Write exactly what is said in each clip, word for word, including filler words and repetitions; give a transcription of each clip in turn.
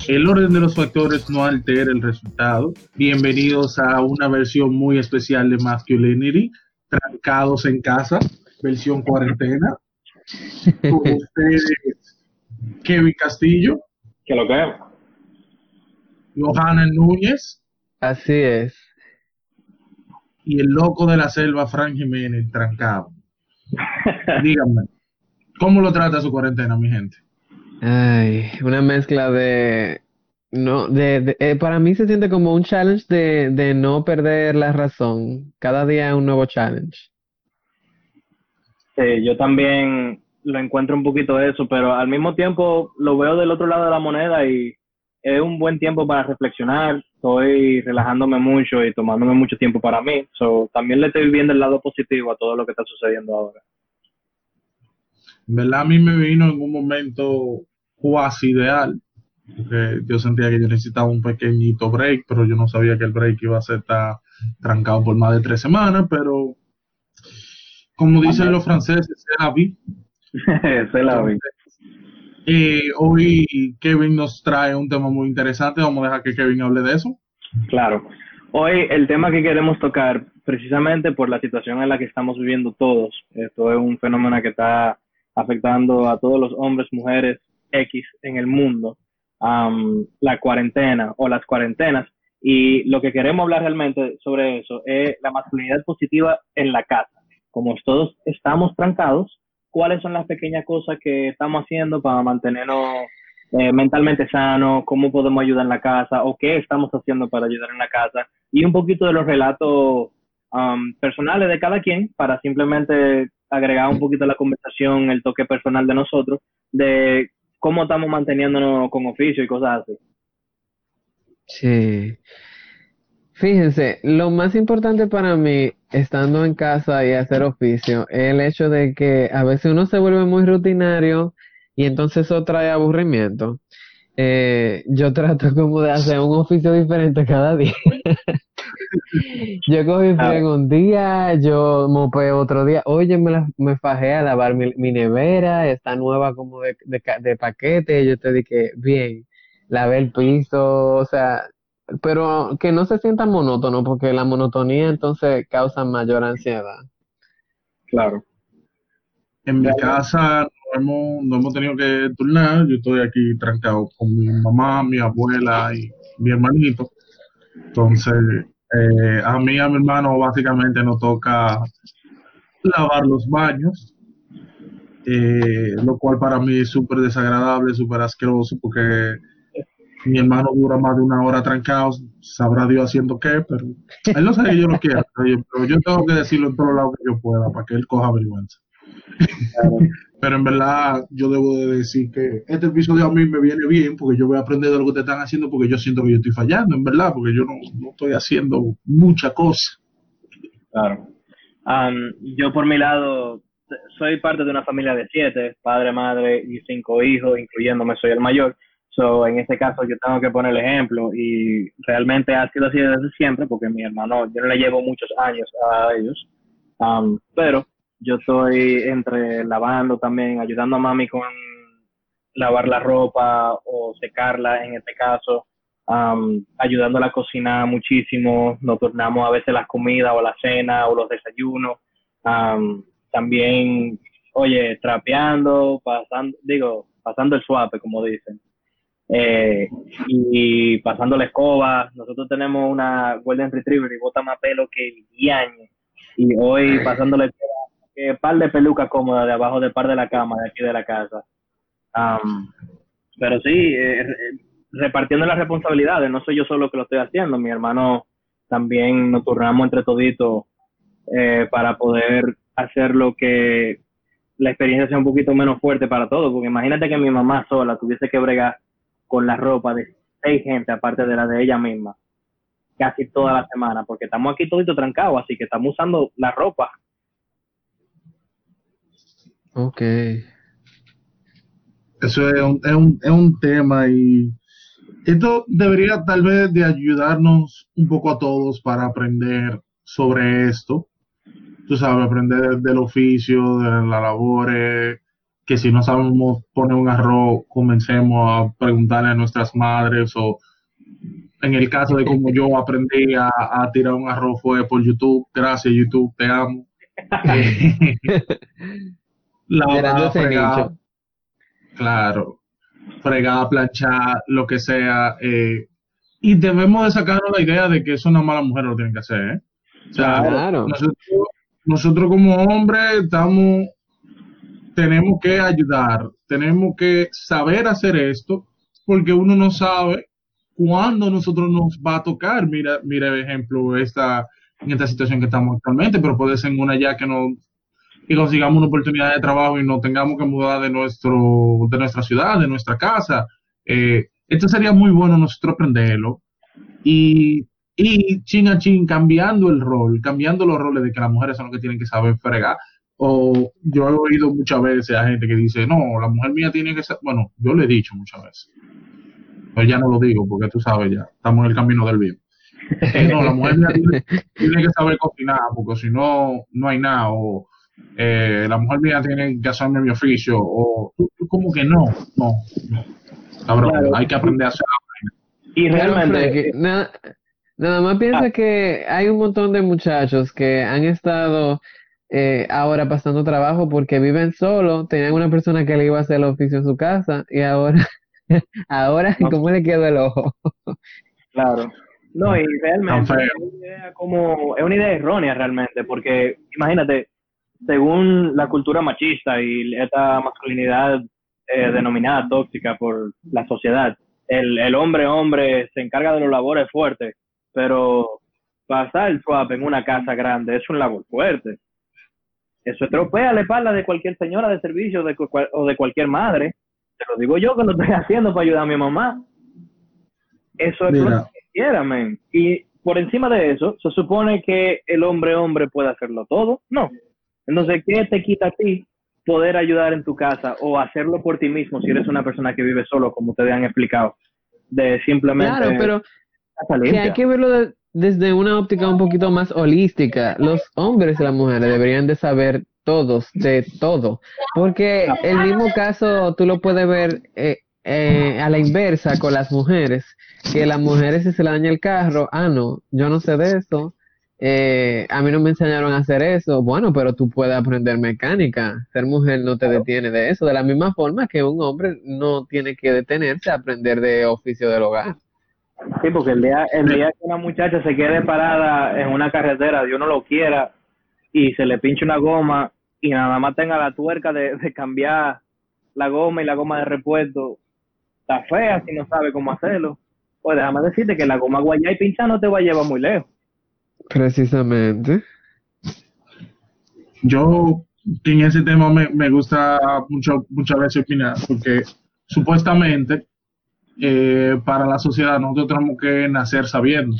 El orden de los factores no altera el resultado. Bienvenidos a una versión muy especial de Masculinity, trancados en casa, versión cuarentena. Con ustedes, Kevin Castillo, Que lo que Johanna Núñez Así es. y el loco de la selva, Frank Jiménez, trancado. Díganme, ¿cómo lo trata su cuarentena, mi gente? Ay, una mezcla de, no, de, de- eh, para mí se siente como un challenge de, de no perder la razón. Cada día es un nuevo challenge. Sí, yo también lo encuentro un poquito eso, pero al mismo tiempo lo veo del otro lado de la moneda y es un buen tiempo para reflexionar. Estoy relajándome mucho y tomándome mucho tiempo para mí. So, también le estoy viendo el lado positivo a todo lo que está sucediendo ahora. En verdad, a mí me vino en un momento cuasi ideal, porque yo sentía que yo necesitaba un pequeñito break, pero yo no sabía que el break iba a ser estar trancado por más de tres semanas, pero como dicen Amén. los franceses, c'est la vie. Esa es la vida. Entonces, eh, hoy Kevin nos trae un tema muy interesante, vamos a dejar que Kevin hable de eso. Claro. Hoy el tema que queremos tocar, precisamente por la situación en la que estamos viviendo todos, esto es un fenómeno que está afectando a todos los hombres, mujeres, X en el mundo, um, la cuarentena o las cuarentenas. Y lo que queremos hablar realmente sobre eso es la masculinidad positiva en la casa. Como todos estamos trancados, ¿cuáles son las pequeñas cosas que estamos haciendo para mantenernos eh, mentalmente sano, cómo podemos ayudar en la casa o qué estamos haciendo para ayudar en la casa y un poquito de los relatos um, personales de cada quien para simplemente agregar un poquito a la conversación el toque personal de nosotros de cómo estamos manteniéndonos con oficio y cosas así. Sí. Fíjense, lo más importante para mí, estando en casa y hacer oficio, es el hecho de que a veces uno se vuelve muy rutinario y entonces eso trae aburrimiento. Eh, yo trato como de hacer un oficio diferente cada día. Yo cogí Ah, friego un día, yo mopeo otro día. Oye, me, la- me fajé a lavar mi, mi nevera, está nueva como de, de, ca- de paquete. Yo te dije, bien, lavé el piso, o sea, pero que no se sienta monótono, porque la monotonía entonces causa mayor ansiedad. claro. En mi Realmente, casa no hemos, no hemos tenido que turnar, yo estoy aquí trancado con mi mamá, mi abuela y mi hermanito. Entonces, eh, a mí y a mi hermano básicamente nos toca lavar los baños, eh, lo cual para mí es súper desagradable, súper asqueroso, porque mi hermano dura más de una hora trancado, sabrá Dios haciendo qué, pero él no sabe que yo lo quiero, pero yo, pero yo tengo que decirlo en todos lados que yo pueda para que él coja vergüenza. claro. Pero en verdad, yo debo de decir que este episodio a mí me viene bien porque yo voy a aprender de lo que te están haciendo porque yo siento que yo estoy fallando, en verdad, porque yo no, no estoy haciendo mucha cosa. Claro. Um, yo por mi lado soy parte de una familia de siete, padre, madre y cinco hijos, incluyéndome, soy el mayor. So, en este caso yo tengo que poner el ejemplo y realmente ha sido así desde siempre porque mi hermano, yo no le llevo muchos años a ellos, um, pero yo estoy entre lavando también, ayudando a mami con lavar la ropa o secarla en este caso, um, ayudándola a cocinar muchísimo, nos tornamos a veces las comidas o la cena o los desayunos, um, también, oye, trapeando, pasando, digo, pasando el suape, como dicen, eh, y pasando la escoba. Nosotros tenemos una Golden Retriever y bota más pelo que el diaño, y hoy pasando la escoba, eh, par de pelucas cómodas de abajo del par de la cama de aquí de la casa. Um, pero sí, eh, repartiendo las responsabilidades, no soy yo solo que lo estoy haciendo, mi hermano también nos turnamos entre toditos eh, para poder hacer lo que la experiencia sea un poquito menos fuerte para todos, porque imagínate que mi mamá sola tuviese que bregar con la ropa de seis gente, aparte de la de ella misma, casi toda la semana, porque estamos aquí toditos trancados, así que estamos usando la ropa. Ok. Eso es un, es un, es un tema y esto debería tal vez de ayudarnos un poco a todos para aprender sobre esto. Tú sabes, aprender del oficio, de las labores, que si no sabemos poner un arroz, comencemos a preguntarle a nuestras madres o en el caso de como yo aprendí a, a tirar un arroz fue por YouTube. Gracias YouTube, te amo. Eh, Llenando lavar, ese fregar, nicho. claro, fregar, planchar, lo que sea. eh, y debemos de sacarnos la idea de que eso una mala mujer lo tiene que hacer, ¿eh? O sea, Claro, Claro. nosotros, nosotros como hombres estamos, tenemos que ayudar, tenemos que saber hacer esto, porque uno no sabe cuándo nosotros nos va a tocar. Mira, mira, ejemplo, esta, en esta situación que estamos actualmente, pero puede ser en una ya que no, que consigamos una oportunidad de trabajo y no tengamos que mudar de nuestro, de nuestra ciudad, de nuestra casa. Eh, esto sería muy bueno nosotros aprenderlo y, y chin a chin cambiando el rol, cambiando los roles de que las mujeres son las que tienen que saber fregar. O yo he oído muchas veces a gente que dice, no, la mujer mía tiene que ser, bueno, yo le he dicho muchas veces, pero ya no lo digo porque tú sabes ya, estamos en el camino del bien. Eh, no, la mujer mía tiene, tiene que saber cocinar porque si no, no hay nada. O eh, la mujer mía tiene que hacerme mi oficio. O tú, tú como que no, no, no, cabrón, claro. hay que aprender a hacer. Y Pero realmente, Frankie, eh, nada, nada más ah, piensa que hay un montón de muchachos que han estado eh, ahora pasando trabajo porque viven solos, tenían una persona que le iba a hacer el oficio en su casa y ahora, ahora, no, ¿cómo le quedó el ojo? claro. No, y Tan realmente feo. es una idea como, es una idea errónea realmente, porque imagínate, según la cultura machista y esta masculinidad eh, denominada tóxica por la sociedad, el, el hombre hombre se encarga de los labores fuertes, pero pasar el swap en una casa grande es un labor fuerte. Eso estropea la espalda de cualquier señora de servicio de, cual, o de cualquier madre. Te lo digo yo que lo estoy haciendo para ayudar a mi mamá. Eso es lo Mira, que quiera, men. Y por encima de eso, se supone que el hombre hombre puede hacerlo todo. No. Entonces, ¿qué te quita a ti poder ayudar en tu casa o hacerlo por ti mismo si eres una persona que vive solo, como ustedes han explicado? De Claro, simplemente pero casa que hay limpia. que verlo de- desde una óptica un poquito más holística. Los hombres y las mujeres deberían de saber todos de todo, porque el mismo caso tú lo puedes ver eh, eh, a la inversa con las mujeres, que las mujeres si se le daña el carro, ah, no, yo no sé de eso, eh, a mí no me enseñaron a hacer eso, bueno, pero tú puedes aprender mecánica, ser mujer no te detiene de eso, de la misma forma que un hombre no tiene que detenerse a aprender de oficio del hogar. Sí, porque el día, el mira, día que una muchacha se quede parada en una carretera, Dios no lo quiera, y se le pinche una goma y nada más tenga la tuerca de, de cambiar la goma y la goma de repuesto, está fea si no sabe cómo hacerlo. Pues déjame decirte que la goma guayá y pincha no te va a llevar muy lejos. Precisamente. yo en ese tema me, me gusta mucho, muchas veces opinar, porque supuestamente eh, para la sociedad nosotros tenemos que nacer sabiendo.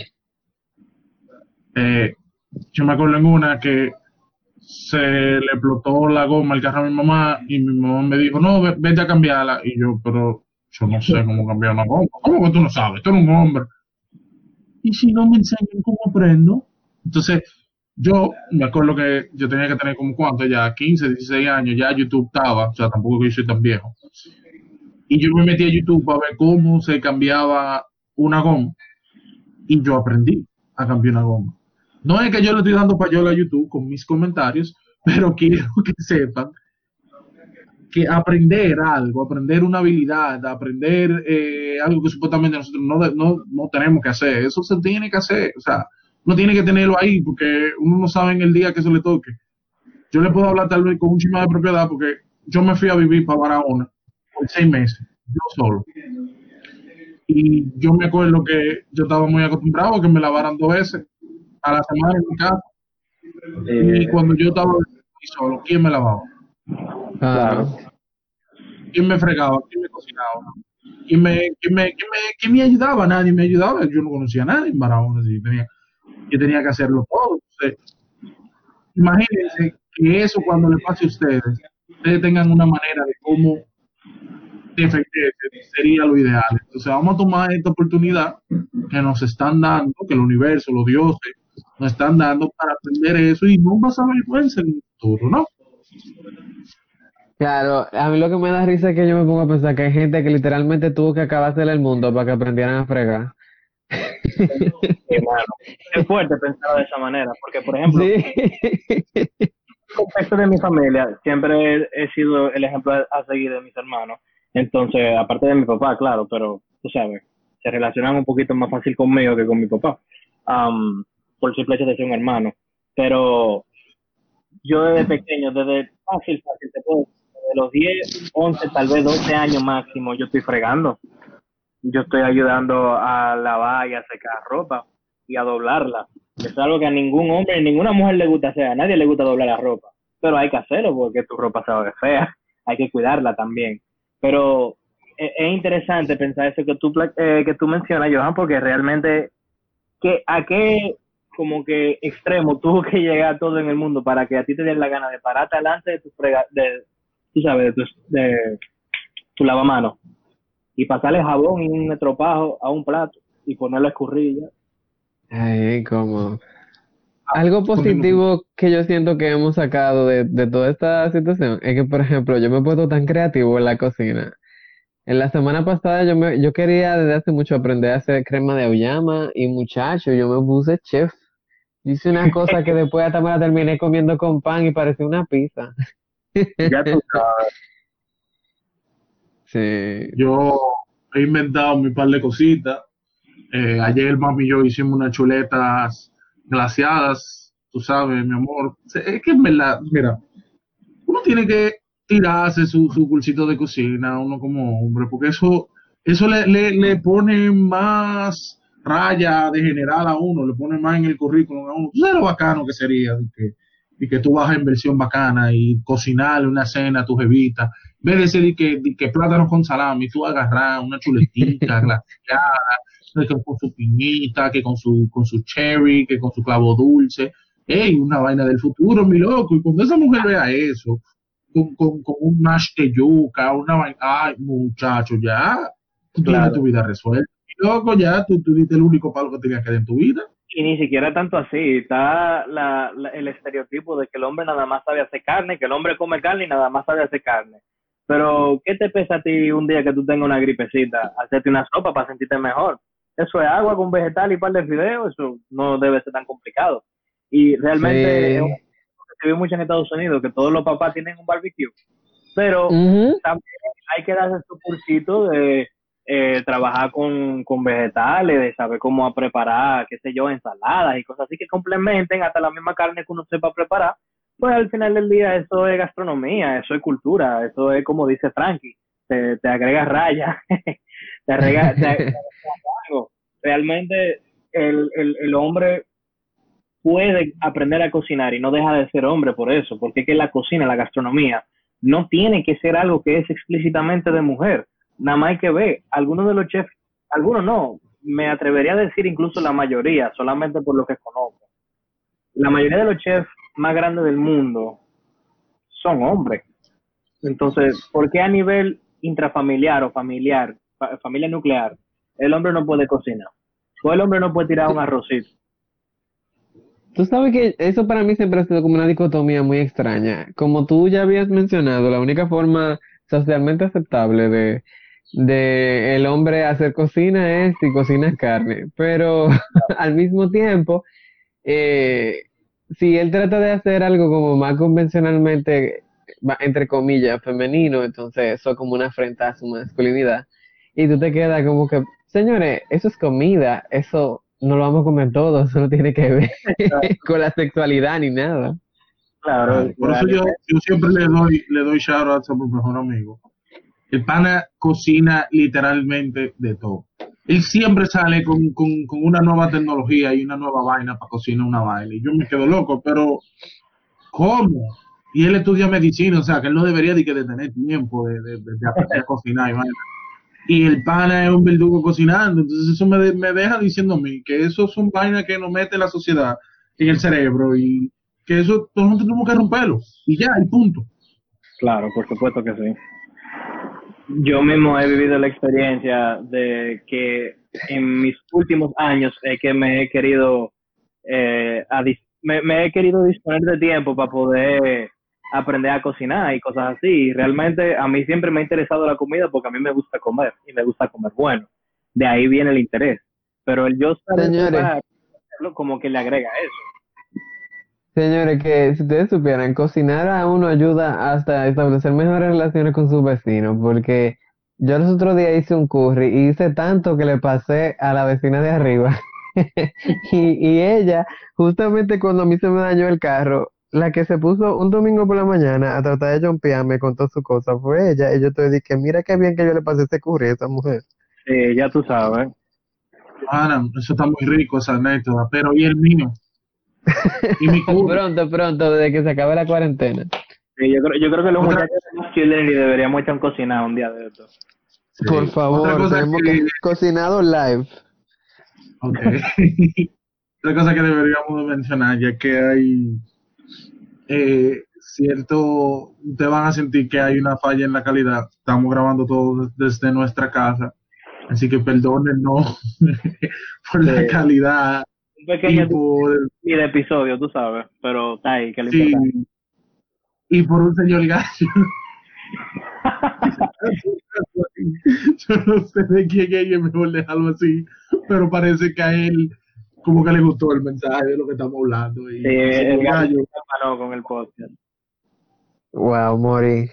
Eh, yo me acuerdo en una que se le explotó la goma al carro a mi mamá y mi mamá me dijo, no, ve- vete a cambiarla. Y yo, pero yo no sé cómo cambiar una goma. ¿Cómo que tú no sabes? Tú eres un hombre. Y si no me enseñan cómo aprendo. Entonces, yo me acuerdo que yo tenía que tener como cuánto, ya quince dieciséis años, ya YouTube estaba, o sea, tampoco que yo soy tan viejo. Y yo me metí a YouTube para ver cómo se cambiaba una goma y yo aprendí a cambiar una goma. No es que yo le estoy dando payola a YouTube con mis comentarios, pero quiero que sepan que aprender algo, aprender una habilidad, aprender eh, algo que supuestamente nosotros no, no, no tenemos que hacer, eso se tiene que hacer, o sea, uno tiene que tenerlo ahí porque uno no sabe en el día que eso le toque. Yo le puedo hablar tal vez con un chisme de propiedad porque yo me fui a vivir para Barahona por seis meses, yo solo. Y yo me acuerdo que yo estaba muy acostumbrado a que me lavaran dos veces a la semana en mi casa. Y Eh, cuando yo estaba solo, ¿quién me lavaba? claro. Claro. ¿Quién me fregaba? ¿Quién me cocinaba? ¿Quién me, quién me, quién me, quién me ayudaba? Nadie me ayudaba. Yo no conocía a nadie en Barahona. Yo tenía, yo tenía que hacerlo todo. Entonces, imagínense que eso cuando le pase a ustedes, ustedes tengan una manera de cómo defenderse, sería lo ideal. Entonces vamos a tomar esta oportunidad que nos están dando, que el universo, los dioses, nos están dando para aprender eso y no vas a vergüenza en el futuro, ¿no? Claro, a mí lo que me da risa es que yo me pongo a pensar que hay gente que literalmente tuvo que acabársele el mundo para que aprendieran a fregar. Sí, mano. Es fuerte pensarlo de esa manera, porque, por ejemplo, Sí. contexto de mi familia, siempre he, he sido el ejemplo a, a seguir de mis hermanos. Entonces, aparte de mi papá, claro, pero tú sabes, se relacionan un poquito más fácil conmigo que con mi papá, um, por el simple hecho de ser un hermano. Pero yo desde pequeño, desde fácil, fácil, te puedo, desde los diez once tal vez doce años máximo, yo estoy fregando. Yo estoy ayudando a lavar y a secar ropa y a doblarla. Es algo que a ningún hombre, ni ninguna mujer le gusta hacer, a nadie le gusta doblar la ropa, pero hay que hacerlo porque tu ropa se va a ver fea, hay que cuidarla también. Pero es, es interesante pensar eso que tú, eh, que tú mencionas, Johan, porque realmente, que, ¿a qué como que extremo tuvo que llegar todo en el mundo para que a ti te den la gana de pararte delante de tu frega, de, tú sabes, de tu, de tu lavamanos y pasarle jabón y un estropajo a un plato y ponerle escurrilla? Ay, como algo Continúo. positivo que yo siento que hemos sacado de, de toda esta situación es que, por ejemplo, yo me he puesto tan creativo en la cocina. En la semana pasada yo me, yo quería desde hace mucho aprender a hacer crema de auyama y muchacho, yo me puse chef. Hice una cosa que después hasta me la terminé comiendo con pan y parecía una pizza. Ya tú sabes. Sí. Yo he inventado mi par de cositas. Eh, ayer mami y yo hicimos unas chuletas glaseadas, tú sabes, mi amor. Es que en verdad, mira, uno tiene que tirarse su, su cursito de cocina, uno como hombre, porque eso, eso le, le, le pone más raya de general a uno, le pone más en el currículum a uno. ¿Tú sabes lo bacano que sería? De que, y que tú vas en versión bacana y cocinarle una cena a tu jevita. En vez de ser que, de que plátano con salami, tú agarras una chuletica glaseada, que con su piñita, que con su, con su cherry, que con su clavo dulce. ¡Ey! Una vaina del futuro, mi loco. Y cuando esa mujer vea eso, con, con, con un mash de yuca, una vaina. Ay, muchacho, ya tú tienes tu Claro. vida resuelta. Y loco, ya tú, tú diste el único palo que tenías que dar en tu vida. Y ni siquiera tanto así. Está la, la, el estereotipo de que el hombre nada más sabe hacer carne, que el hombre come carne y nada más sabe hacer carne. Pero, ¿qué te pesa a ti un día que tú tengas una gripecita? Hacerte una sopa para sentirte mejor. Eso es agua con vegetal y par de fideos, eso no debe ser tan complicado. Y realmente es una Sí. cosa que se ve mucho en Estados Unidos, que todos los papás tienen un barbecue. Pero Ujú. también hay que darse su cursito de eh, trabajar con, con vegetales, de saber cómo preparar, qué sé yo, ensaladas y cosas así que complementen hasta la misma carne que uno sepa preparar. Pues al final del día eso es gastronomía, eso es cultura, eso es como dice Frankie, te, te agrega raya, te agrega, te agrega algo. Realmente el, el, el hombre puede aprender a cocinar y no deja de ser hombre por eso, porque es que la cocina, la gastronomía, no tiene que ser algo que es explícitamente de mujer. Nada más hay que ver, algunos de los chefs, algunos no, me atrevería a decir incluso la mayoría, solamente por lo que conozco. La mayoría de los chefs más grandes del mundo son hombres. Entonces, ¿por qué a nivel intrafamiliar o familiar, fa- familia nuclear, el hombre no puede cocinar? O el hombre no puede tirar un arrocito. Tú sabes que eso para mí siempre ha sido como una dicotomía muy extraña. Como tú ya habías mencionado, la única forma socialmente aceptable de, de el hombre hacer cocina es si cocina carne. Pero al mismo tiempo, eh, si él trata de hacer algo como más convencionalmente, va- entre comillas, femenino, entonces eso es como una afrenta a su masculinidad. Y tú te quedas como que, señores, eso es comida, eso no lo vamos a comer todos, eso no tiene que ver con la sexualidad ni nada. Claro, Claro, por eso yo, realmente. yo siempre le doy, le doy shout outs a mi mejor amigo. El pana cocina literalmente de todo. Él siempre sale con, con, con una nueva tecnología y una nueva vaina para cocinar una vaina. Y yo me quedo loco, pero ¿cómo? Y él estudia medicina, o sea, que él no debería de, que de tener tiempo de, de, de aprender a cocinar y vaina. Y el pana es un verdugo cocinando, entonces eso me, de- me deja diciendo a mí que eso son vainas que nos mete la sociedad en el cerebro y que eso nosotros tenemos que romperlo. Y ya, y punto. Claro, por supuesto que sí. Yo mismo he vivido la experiencia de que en mis últimos años es que me he querido eh, a dis- me, me he querido disponer de tiempo para poder aprender a cocinar y cosas así. Y realmente a mí siempre me ha interesado la comida porque a mí me gusta comer y me gusta comer bueno. De ahí viene el interés. Pero el yo saber Señores, preparar, como que le agrega eso. señores, que si ustedes supieran, cocinar a uno ayuda hasta a establecer mejores relaciones con sus vecinos, porque yo los otros días hice un curry y hice tanto que le pasé a la vecina de arriba. Y, y ella, justamente cuando a mí se me dañó el carro, la que se puso un domingo por la mañana a tratar de jumpearme con todas sus cosas fue ella. Y yo te dije, mira qué bien que yo le pasé ese curry a esa mujer. Sí, ya tú sabes. Ana, eso está muy rico, esa anécdota, pero ¿y el mío? ¿Y mi curry? Pronto, pronto, desde que se acabe la cuarentena. Sí, yo, creo, yo creo que los Otra, muchachos de más chilling y deberíamos echar un cocinado un día de esto. Por sí, otra favor, cosa tenemos que que, cocinado live. ok, otra cosa que deberíamos de mencionar, ya que hay eh, cierto, ustedes van a sentir que hay una falla en la calidad. Estamos grabando todo desde nuestra casa, así que perdónennos por la Sí. calidad Un y pequeño por, y de episodio, tú sabes, pero está ahí, que es lo sí, importante. y por un señor gallo. Yo no sé de quién es y es mejor dejarlo así, pero parece que a él como que le gustó el mensaje de lo que estamos hablando. Sí, Y el señor gallo Gallo, se hermanó con el podcast. Wow, Mori.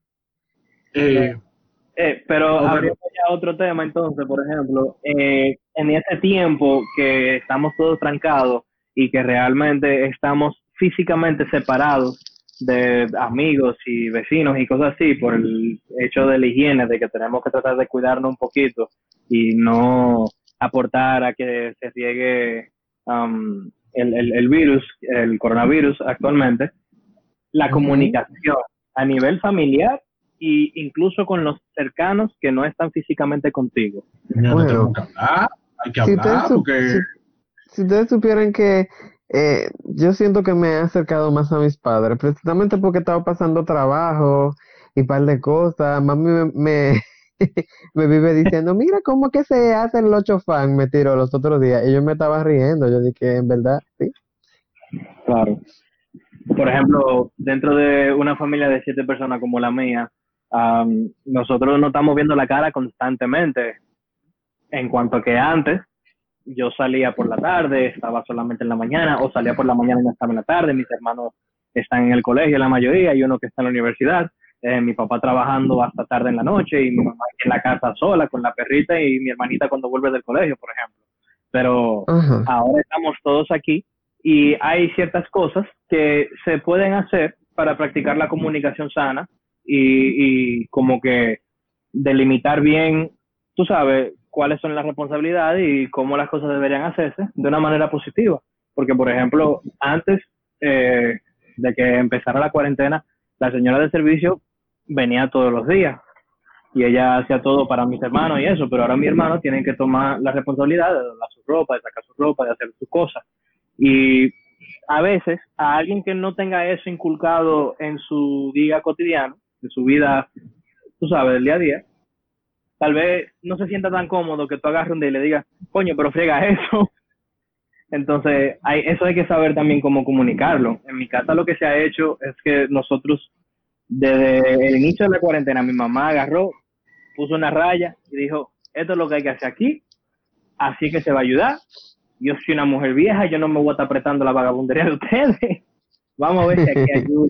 eh, Eh, pero otra cosa, abriendo ya otro tema, entonces, por ejemplo, eh, en este tiempo que estamos todos trancados y que realmente estamos físicamente separados de amigos y vecinos y cosas así, por el hecho de la higiene, de que tenemos que tratar de cuidarnos un poquito y no aportar a que se riegue um, el, el, el virus, el coronavirus actualmente, la Ujú. comunicación a nivel familiar e incluso con los cercanos que no están físicamente contigo. señores, Bueno, tenemos que hablar, hay que si ustedes, hablar, sup- porque si, si ustedes supieran que eh, yo siento que me he acercado más a mis padres, precisamente porque he estado pasando trabajo y par de cosas. Mami me, me, me vive diciendo, mira cómo que se hacen los chofán, me tiró los otros días. Y yo me estaba riendo, yo dije, en verdad, sí. Claro. Por ejemplo, dentro de una familia de siete personas como la mía, um, nosotros nos estamos viendo la cara constantemente. En cuanto a que antes yo salía por la tarde, estaba solamente en la mañana, o salía por la mañana y no estaba en la tarde. Mis hermanos están en el colegio, la mayoría, y uno que está en la universidad. Eh, mi papá trabajando hasta tarde en la noche y mi mamá en la casa sola con la perrita y mi hermanita cuando vuelve del colegio, por ejemplo. Pero Ajá. ahora estamos todos aquí y hay ciertas cosas que se pueden hacer para practicar la comunicación sana y, y como que delimitar bien, tú sabes, cuáles son las responsabilidades y cómo las cosas deberían hacerse de una manera positiva. Porque, por ejemplo, antes eh, de que empezara la cuarentena, la señora de servicio venía todos los días y ella hacía todo para mis hermanos y eso, pero ahora mis hermanos tienen que tomar la responsabilidad de doblar su ropa, de sacar su ropa, de hacer sus cosas. Y a veces a alguien que no tenga eso inculcado en su día cotidiano, en su vida, tú sabes, del día a día, tal vez no se sienta tan cómodo que tú agarres un día y le digas, coño, pero friega eso. Entonces, hay, eso hay que saber también cómo comunicarlo. En mi casa lo que se ha hecho es que nosotros, desde el inicio de la cuarentena, mi mamá agarró, puso una raya y dijo, esto es lo que hay que hacer aquí, así que se va a ayudar. Yo soy una mujer vieja, yo no me voy a estar apretando la vagabundería de ustedes. Vamos a ver si aquí ayuda.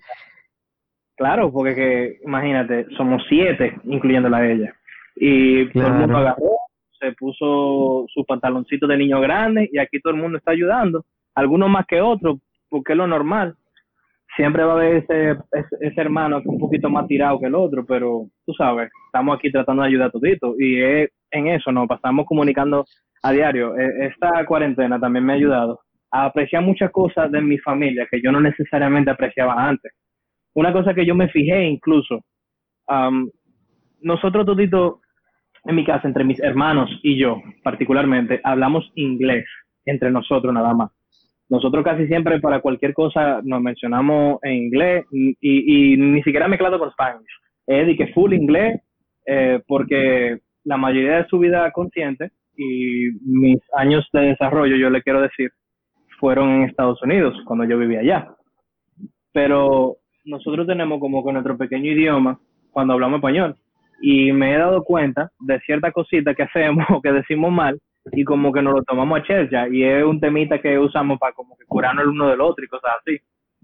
Claro, porque que, imagínate, somos siete, incluyéndola a ella. Y todo el mundo Claro. agarró, se puso su pantaloncito de niño grande y aquí todo el mundo está ayudando. Algunos más que otros, porque es lo normal. Siempre va a haber ese, ese, ese hermano que es un poquito más tirado que el otro, pero tú sabes, estamos aquí tratando de ayudar a todito y es, en eso nos pasamos comunicando a diario. Esta cuarentena también me ha ayudado a apreciar muchas cosas de mi familia que yo no necesariamente apreciaba antes. Una cosa que yo me fijé incluso, um, nosotros todito en mi casa, entre mis hermanos y yo particularmente, hablamos inglés entre nosotros nada más. Nosotros casi siempre para cualquier cosa nos mencionamos en inglés y, y, y ni siquiera mezclado con Spanish. Es de que full inglés, eh, porque la mayoría de su vida consciente y mis años de desarrollo, yo le quiero decir, fueron en Estados Unidos cuando yo vivía allá. Pero nosotros tenemos como que nuestro pequeño idioma cuando hablamos español. Y me he dado cuenta de ciertas cositas que hacemos o que decimos mal y como que nos lo tomamos a chercha. Y es un temita que usamos para como que curarnos el uno del otro y cosas así.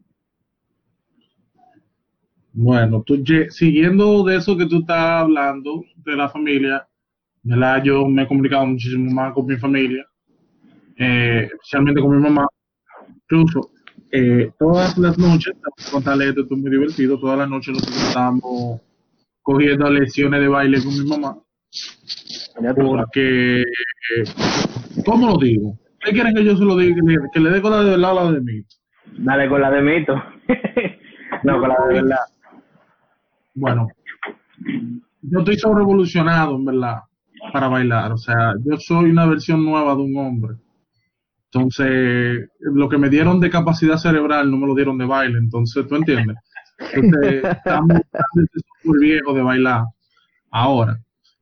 Bueno, tú, ye- siguiendo de eso que tú estás hablando, de la familia, ¿verdad? Yo me he comunicado muchísimo más con mi familia, eh, especialmente con mi mamá. Incluso eh, todas las noches, te voy a contarle esto, esto es muy divertido, todas las noches nosotros estábamos cogiendo lecciones de baile con mi mamá, Ya tú sabes. porque, eh, ¿cómo lo digo? ¿Qué quieren que yo se lo diga? Que le, que le dé con la de verdad o la de mí. Dale con la de mito. No, Yo con la de soy, verdad. bueno, yo estoy sobrevolucionado, en verdad, para bailar. O sea, yo soy una versión nueva de un hombre. Entonces, lo que me dieron de capacidad cerebral no me lo dieron de baile. Entonces, ¿tú entiendes? Entonces, estamos súper viejos de bailar ahora.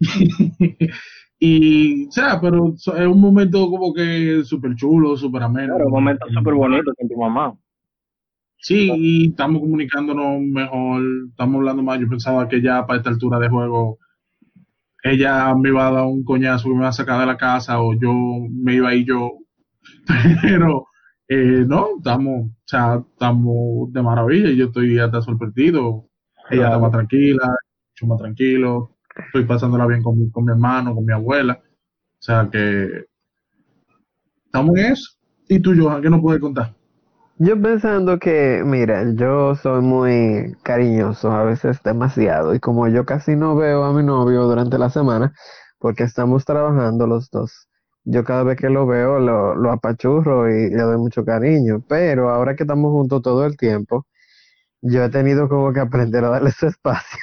Y, o sea, pero so- es un momento como que súper chulo, súper ameno. Claro, un Con, momento con mi súper mamá. bonito con tu mamá. Sí, y estamos comunicándonos mejor, estamos hablando más. Yo pensaba que ya para esta altura de juego ella me iba a dar un coñazo que me iba a sacar de la casa o yo me iba a ir yo. Pero eh, no, estamos, o sea, estamos de maravilla y yo estoy hasta sorprendido. Ella está más Claro. tranquila, mucho más tranquilo. Estoy pasándola bien con mi, con mi hermano, con mi abuela. O sea que estamos en eso. ¿Y tú, Johan, qué nos puedes contar? Yo pensando que, mira, yo soy muy cariñoso, a veces demasiado, y como yo casi no veo a mi novio durante la semana, porque estamos trabajando los dos, yo cada vez que lo veo lo, lo apachurro y le doy mucho cariño, pero ahora que estamos juntos todo el tiempo, yo he tenido como que aprender a darle su espacio,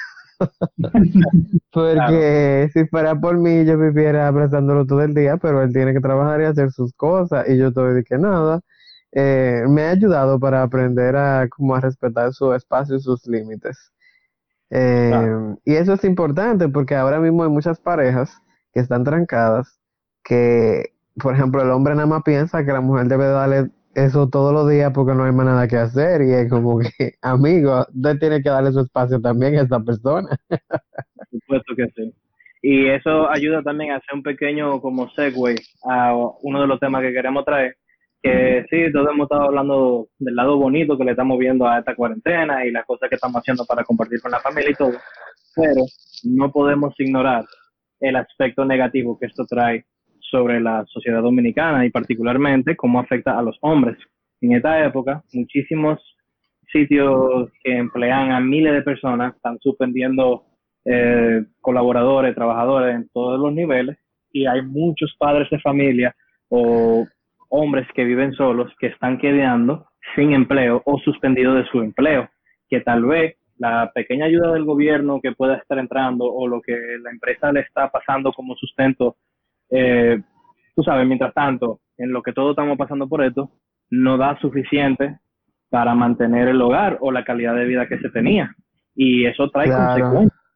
Claro. porque si fuera por mí yo viviera abrazándolo todo el día, pero él tiene que trabajar y hacer sus cosas, y yo estoy de que nada. Eh, me ha ayudado para aprender a como a respetar su espacio y sus límites. Eh, Claro. y eso es importante porque ahora mismo hay muchas parejas que están trancadas, que, por ejemplo, el hombre nada más piensa que la mujer debe darle eso todos los días porque no hay más nada que hacer y es como que, amigo, usted tiene que darle su espacio también a esta persona. Por supuesto que sí. Y eso ayuda también a hacer un pequeño como segue a uno de los temas que queremos traer, que sí, todos hemos estado hablando del lado bonito que le estamos viendo a esta cuarentena y las cosas que estamos haciendo para compartir con la familia y todo, pero no podemos ignorar el aspecto negativo que esto trae sobre la sociedad dominicana y particularmente cómo afecta a los hombres. En esta época, muchísimos sitios que emplean a miles de personas están suspendiendo eh, colaboradores, trabajadores en todos los niveles y hay muchos padres de familia o hombres que viven solos que están quedando sin empleo o suspendidos de su empleo, que tal vez la pequeña ayuda del gobierno que pueda estar entrando o lo que la empresa le está pasando como sustento, eh, tú sabes, mientras tanto, en lo que todos estamos pasando por esto, no da suficiente para mantener el hogar o la calidad de vida que se tenía. Y eso trae Claro, consecuencias.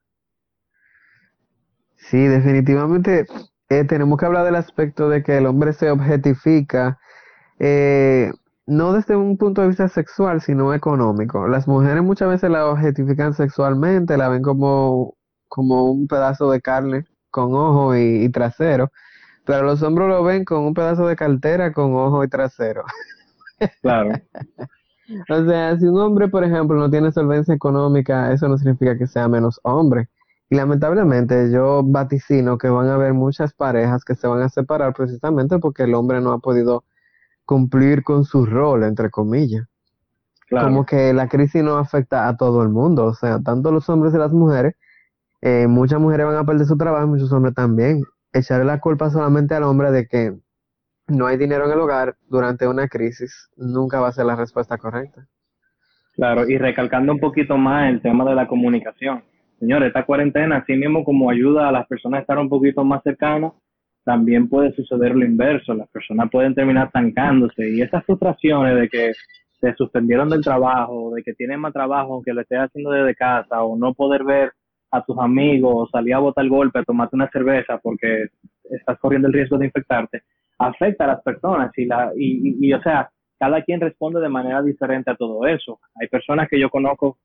sí, definitivamente eh, tenemos que hablar del aspecto de que el hombre se objetifica, eh, no desde un punto de vista sexual, sino económico. Las mujeres muchas veces la objetifican sexualmente, la ven como, como un pedazo de carne con ojo y, y trasero, pero los hombres lo ven con un pedazo de cartera con ojo y trasero. Claro, O sea, si un hombre, por ejemplo, no tiene solvencia económica, eso no significa que sea menos hombre. Y lamentablemente yo vaticino que van a haber muchas parejas que se van a separar precisamente porque el hombre no ha podido cumplir con su rol, entre comillas. Como claro. que la crisis no afecta a todo el mundo, o sea, tanto los hombres y las mujeres, eh, muchas mujeres van a perder su trabajo, muchos hombres también. Echarle la culpa solamente al hombre de que no hay dinero en el hogar durante una crisis nunca va a ser la respuesta correcta. Claro, y recalcando un poquito más el tema de la comunicación. Señores, esta cuarentena, así mismo como ayuda a las personas a estar un poquito más cercanas, también puede suceder lo inverso. Las personas pueden terminar estancándose y esas frustraciones de que se suspendieron del trabajo, de que tienen más trabajo aunque lo estés haciendo desde casa, o no poder ver a tus amigos, o salir a botar el golpe, a tomarte una cerveza porque estás corriendo el riesgo de infectarte, afecta a las personas y, la, y, y, y o sea, cada quien responde de manera diferente a todo eso. Hay personas que yo conozco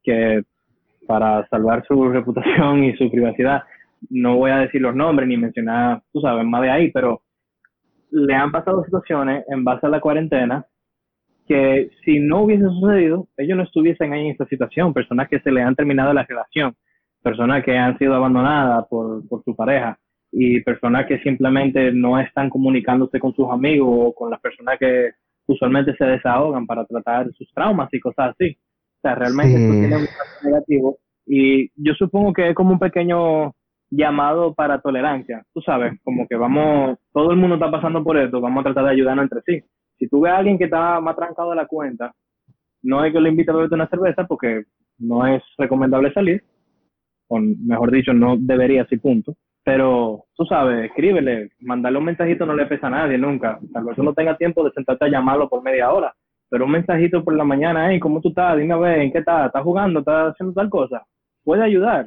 que para salvar su reputación y su privacidad, no voy a decir los nombres ni mencionar, tú sabes, más de ahí, pero le han pasado situaciones en base a la cuarentena que si no hubiese sucedido, ellos no estuviesen ahí en esta situación, personas que se le han terminado la relación, personas que han sido abandonadas por, por su pareja y personas que simplemente no están comunicándose con sus amigos o con las personas que usualmente se desahogan para tratar sus traumas y cosas así. O sea, realmente esto Sí, tiene un impacto negativo y yo supongo que es como un pequeño llamado para tolerancia, tú sabes, como que vamos, todo el mundo está pasando por esto, vamos a tratar de ayudarnos entre sí. Si tú ves a alguien que está más trancado de la cuenta, no es que lo invite a beberte una cerveza porque no es recomendable salir, o mejor dicho, no debería así, punto. Pero tú sabes, escríbele, mandarle un mensajito no le pesa a nadie nunca. Tal vez no tenga tiempo de sentarte a llamarlo por media hora, pero un mensajito por la mañana, hey, ¿cómo tú estás? Dime a ver, ¿en qué estás? ¿Estás jugando? ¿Estás haciendo tal cosa? Puede ayudar.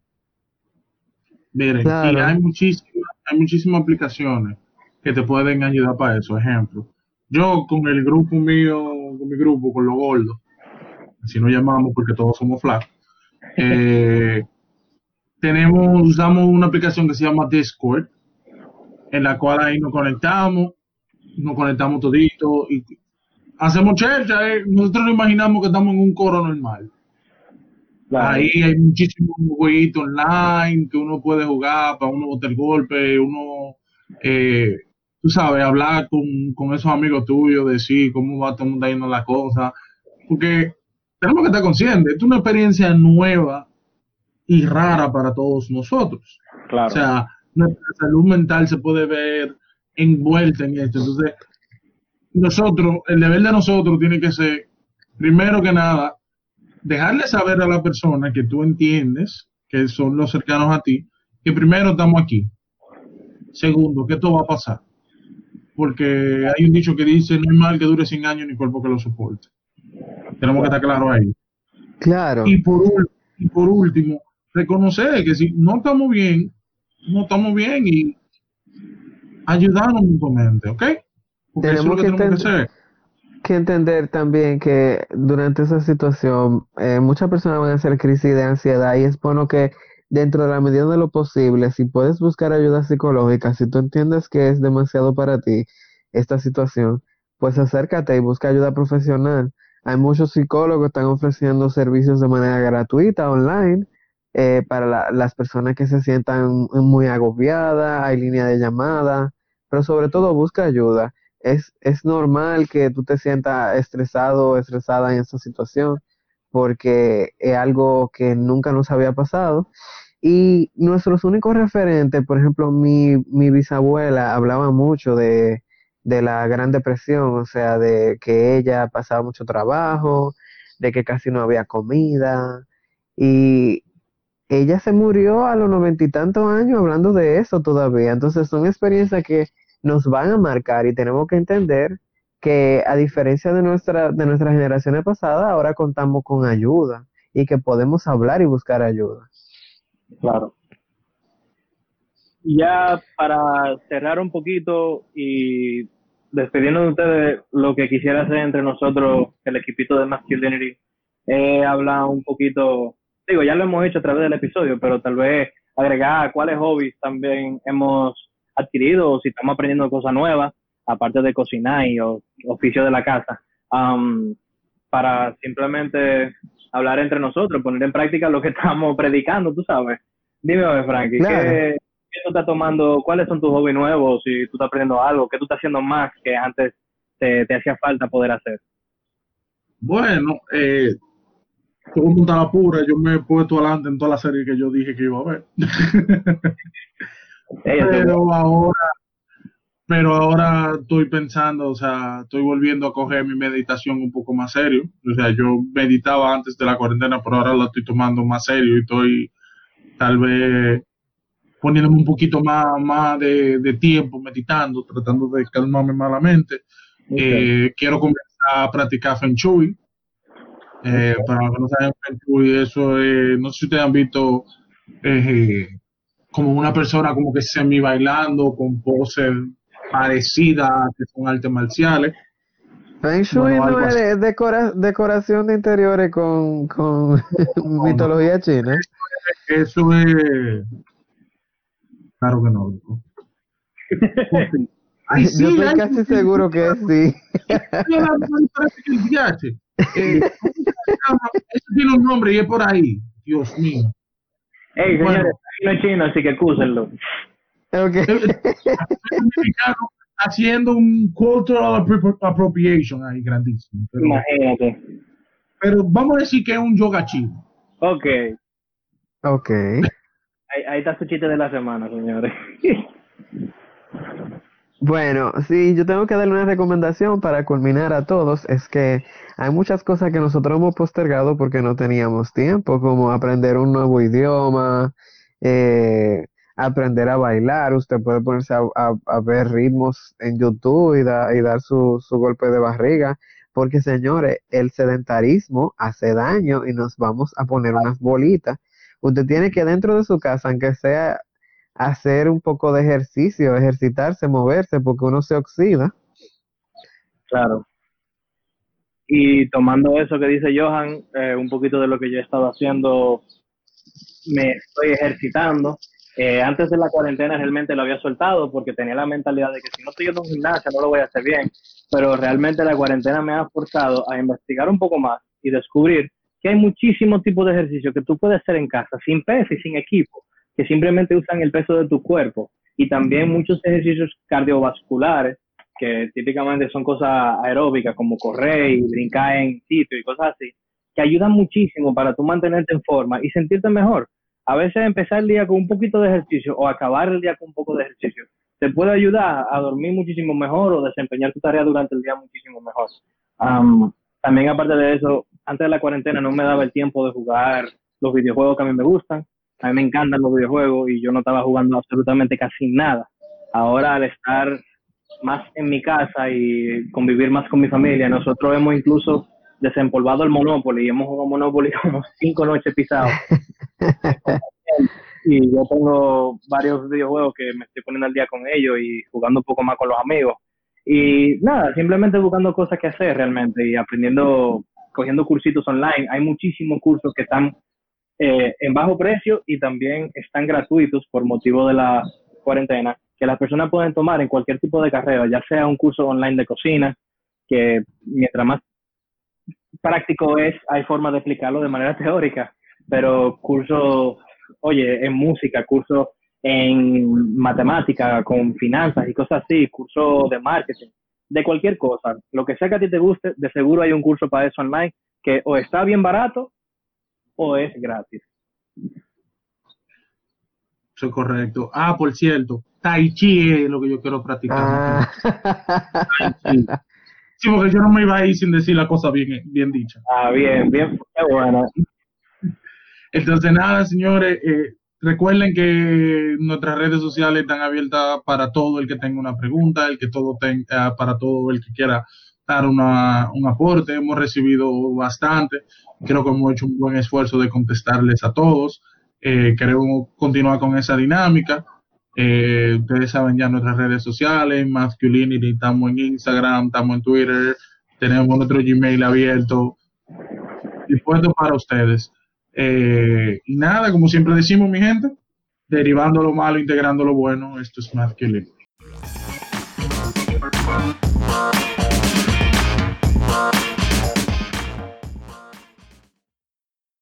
Miren, y claro. hay muchísimas, hay muchísimas aplicaciones que te pueden ayudar para eso. Ejemplo, yo con el grupo mío, con mi grupo, con los gordos, así nos llamamos porque todos somos flacos, eh, tenemos, usamos una aplicación que se llama Discord, en la cual ahí nos conectamos, nos conectamos todito y hacemos chercha, eh. Nosotros nos imaginamos que estamos en un coro normal. Claro, Ahí hay muchísimos jueguitos online que uno puede jugar para uno botar el golpe, uno, eh, tú sabes, hablar con, con esos amigos tuyos, decir cómo va todo el mundo yendo la cosa. Porque tenemos que estar conscientes, es una experiencia nueva y rara para todos nosotros. O claro, sea, nuestra salud mental se puede ver envuelta en esto. Entonces, nosotros, el deber de nosotros tiene que ser, primero que nada, dejarle saber a la persona que tú entiendes, que son los cercanos a ti, que primero estamos aquí. Segundo, que esto va a pasar. Porque hay un dicho que dice, no hay mal que dure cien años ni cuerpo que lo soporte. Tenemos que estar claro. claros ahí. Claro, Y por, y por último, reconocer que si no estamos bien, no estamos bien y ayudarnos mutuamente, ¿ok? Porque eso es lo tenemos que que, tenemos que enten- hacer. que entender también que durante esa situación eh, muchas personas van a hacer crisis de ansiedad y es bueno que dentro de la medida de lo posible, si puedes buscar ayuda psicológica, si tú entiendes que es demasiado para ti esta situación, pues acércate y busca ayuda profesional. Hay muchos psicólogos que están ofreciendo servicios de manera gratuita online eh, para la- las personas que se sientan muy agobiadas, hay línea de llamada, pero sobre todo busca ayuda. Es, es normal que tú te sientas estresado o estresada en esta situación porque es algo que nunca nos había pasado. Y nuestros únicos referentes, por ejemplo, mi, mi bisabuela hablaba mucho de, de la Gran Depresión, o sea, de que ella pasaba mucho trabajo, de que casi no había comida. Y ella se murió a los noventa y tantos años hablando de eso todavía. Entonces son experiencias que nos van a marcar y tenemos que entender que a diferencia de nuestra, de nuestras generaciones pasadas, ahora contamos con ayuda y que podemos hablar y buscar ayuda. Claro. Y ya para cerrar un poquito y despedirnos de ustedes, lo que quisiera hacer entre nosotros, el equipito de Masculinity, es hablar un poquito, digo, ya lo hemos hecho a través del episodio, pero tal vez agregar cuáles hobbies también hemos adquirido o si estamos aprendiendo cosas nuevas, aparte de cocinar y o, oficio de la casa, um, para simplemente hablar entre nosotros, poner en práctica lo que estamos predicando, tú sabes. Dime, Frankie, Claro, ¿qué, ¿qué tú estás tomando? ¿Cuáles son tus hobbies nuevos? Si tú estás aprendiendo algo, ¿qué tú estás haciendo más que antes te, te hacía falta poder hacer? Bueno, eh, como montada pura, yo me he puesto adelante en toda la serie que yo dije que iba a ver. Ey, eso es bueno. Pero ahora, pero ahora estoy pensando, o sea, estoy volviendo a coger mi meditación un poco más serio. O sea, yo meditaba antes de la cuarentena, pero ahora la estoy tomando más serio y estoy tal vez poniéndome un poquito más, más de, de tiempo meditando, tratando de calmarme malamente. Okay, Eh, quiero comenzar a practicar Feng Shui. Eh, okay. para los que no saben Feng Shui, eso es, no sé si ustedes han visto eh, como una persona como que semi bailando con poses parecidas que son artes marciales. Feng Shui Bueno, no algo es así. de- decora- decoración de interiores con, con No, no, mitología china. eso es, claro que no, loco. ¿Por qué? Ay, Yo sí, estoy ay, casi seguro que sí. estoy hablando de parece que el D H. Eh, ¿cómo se llama? Eso tiene un nombre y es por ahí. Dios mío. Hey, señores, Bueno, aquí no es chino, así que excúsenlo. Ok. eh, eh, el dominicano haciendo un cultural appro- appropriation ahí grandísimo. Pero, Imagínate. pero vamos a decir que es un yoga chino. Ok, Ok. ahí, ahí está su chiste de la semana, señores. Bueno, sí, yo tengo que darle una recomendación para culminar a todos. Es que hay muchas cosas que nosotros hemos postergado porque no teníamos tiempo, como aprender un nuevo idioma, eh, aprender a bailar. Usted puede ponerse a, a- a ver ritmos en YouTube y, da- y dar su, su golpe de barriga. Porque, señores, el sedentarismo hace daño y nos vamos a poner unas bolitas. Usted tiene que dentro de su casa, aunque sea hacer un poco de ejercicio, ejercitarse, moverse, porque uno se oxida. Claro. Y tomando eso que dice Johan, eh, un poquito de lo que yo he estado haciendo, me estoy ejercitando. Eh, antes de la cuarentena realmente lo había soltado porque tenía la mentalidad de que si no estoy yendo a un gimnasio no lo voy a hacer bien, pero realmente la cuarentena me ha forzado a investigar un poco más y descubrir que hay muchísimos tipos de ejercicios que tú puedes hacer en casa sin peso y sin equipo, que simplemente usan el peso de tu cuerpo, y también muchos ejercicios cardiovasculares que típicamente son cosas aeróbicas como correr y brincar en sitio y cosas así, que ayudan muchísimo para tú mantenerte en forma y sentirte mejor. A veces empezar el día con un poquito de ejercicio o acabar el día con un poco de ejercicio te puede ayudar a dormir muchísimo mejor o desempeñar tu tarea durante el día muchísimo mejor. Um, también aparte de eso, antes de la cuarentena no me daba el tiempo de jugar los videojuegos que a mí me gustan. A mí me encantan los videojuegos y yo no estaba jugando absolutamente casi nada. Ahora al estar más en mi casa y convivir más con mi familia, nosotros hemos incluso desempolvado el Monopoly y hemos jugado Monopoly como cinco noches pisados. Y yo tengo varios videojuegos que me estoy poniendo al día con ellos y jugando un poco más con los amigos. Y nada, simplemente buscando cosas que hacer realmente y aprendiendo, cogiendo cursitos online. Hay muchísimos cursos que están eh, en bajo precio y también están gratuitos por motivo de la cuarentena, que las personas pueden tomar en cualquier tipo de carrera, ya sea un curso online de cocina, que mientras más práctico es, hay formas de explicarlo de manera teórica, pero cursos, oye, en música, cursos en matemática, con finanzas y cosas así, cursos de marketing, de cualquier cosa, lo que sea que a ti te guste, de seguro hay un curso para eso online que o está bien barato o es gratis. Eso es correcto. Ah, por cierto, Tai Chi es lo que yo quiero practicar más que nada. Tai Chi. Ah. Sí, porque yo no me iba a ir sin decir la cosa bien, bien dicha. Ah, bien, bien, qué bueno. Entonces, nada, señores, eh, recuerden que nuestras redes sociales están abiertas para todo el que tenga una pregunta, el que todo tenga, para todo el que quiera dar una, un aporte. Hemos recibido bastante. Creo que hemos hecho un buen esfuerzo de contestarles a todos. Eh, queremos continuar con esa dinámica. Eh, ustedes saben ya nuestras redes sociales, Masculinity, estamos en Instagram, estamos en Twitter, tenemos nuestro Gmail abierto, dispuesto para ustedes. Eh, y nada, como siempre decimos, mi gente, derivando lo malo, integrando lo bueno, esto es Masculinity.